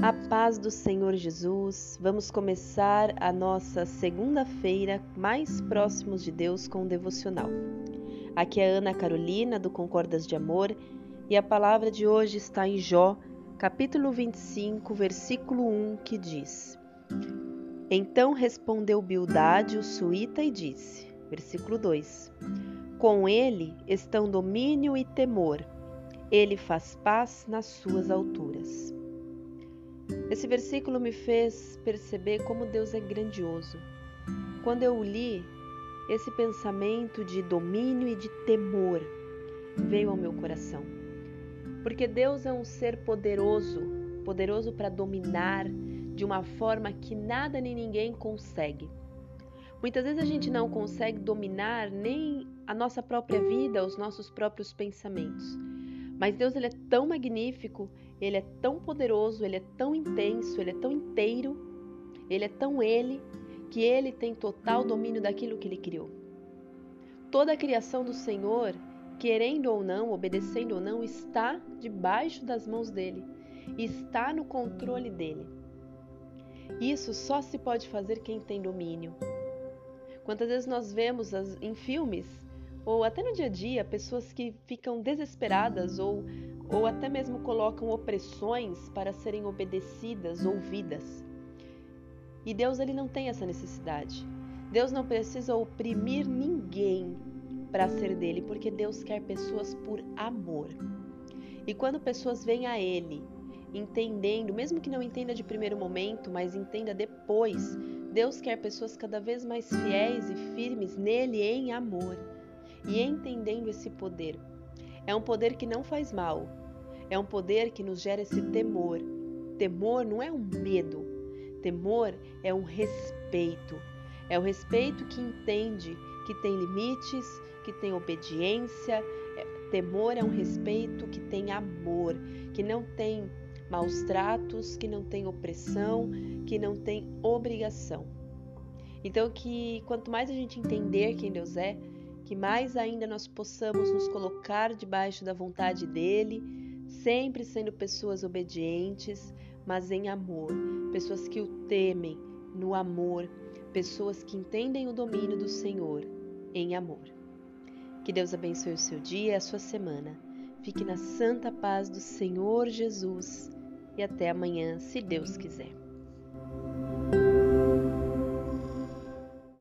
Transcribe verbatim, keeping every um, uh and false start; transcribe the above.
A paz do Senhor Jesus, vamos começar a nossa segunda-feira mais próximos de Deus com o devocional. Aqui é Ana Carolina do Concordas de Amor e a palavra de hoje está em Jó, capítulo vinte e cinco, versículo um, que diz: Então respondeu Bildade, o suíta, e disse, versículo dois, com ele estão domínio e temor, ele faz paz nas suas alturas. Esse versículo me fez perceber como Deus é grandioso. Quando eu o li, esse pensamento de domínio e de temor veio ao meu coração. Porque Deus é um ser poderoso, poderoso para dominar de uma forma que nada nem ninguém consegue. Muitas vezes a gente não consegue dominar nem a nossa própria vida, os nossos próprios pensamentos. Mas Deus, ele é tão magnífico, ele é tão poderoso, ele é tão intenso, ele é tão inteiro, ele é tão ele, que ele tem total domínio daquilo que ele criou. Toda a criação do Senhor, querendo ou não, obedecendo ou não, está debaixo das mãos dele, está no controle dele. Isso só se pode fazer quem tem domínio. Quantas vezes nós vemos as, em filmes, ou até no dia a dia, pessoas que ficam desesperadas ou, ou até mesmo colocam opressões para serem obedecidas, ouvidas. E Deus, ele não tem essa necessidade. Deus não precisa oprimir ninguém para ser dele, porque Deus quer pessoas por amor. E quando pessoas vêm a ele, entendendo, mesmo que não entenda de primeiro momento, mas entenda depois, Deus quer pessoas cada vez mais fiéis e firmes nele em amor. E entendendo esse poder. É um poder que não faz mal. É um poder que nos gera esse temor. Temor não é um medo. Temor é um respeito. É o respeito que entende que tem limites, que tem obediência. Temor é um respeito que tem amor, que não tem maus tratos, que não tem opressão, que não tem obrigação. Então, que quanto mais a gente entender quem Deus é, que mais ainda nós possamos nos colocar debaixo da vontade dele, sempre sendo pessoas obedientes, mas em amor, pessoas que o temem no amor, pessoas que entendem o domínio do Senhor em amor. Que Deus abençoe o seu dia e a sua semana. Fique na santa paz do Senhor Jesus e até amanhã, se Deus quiser.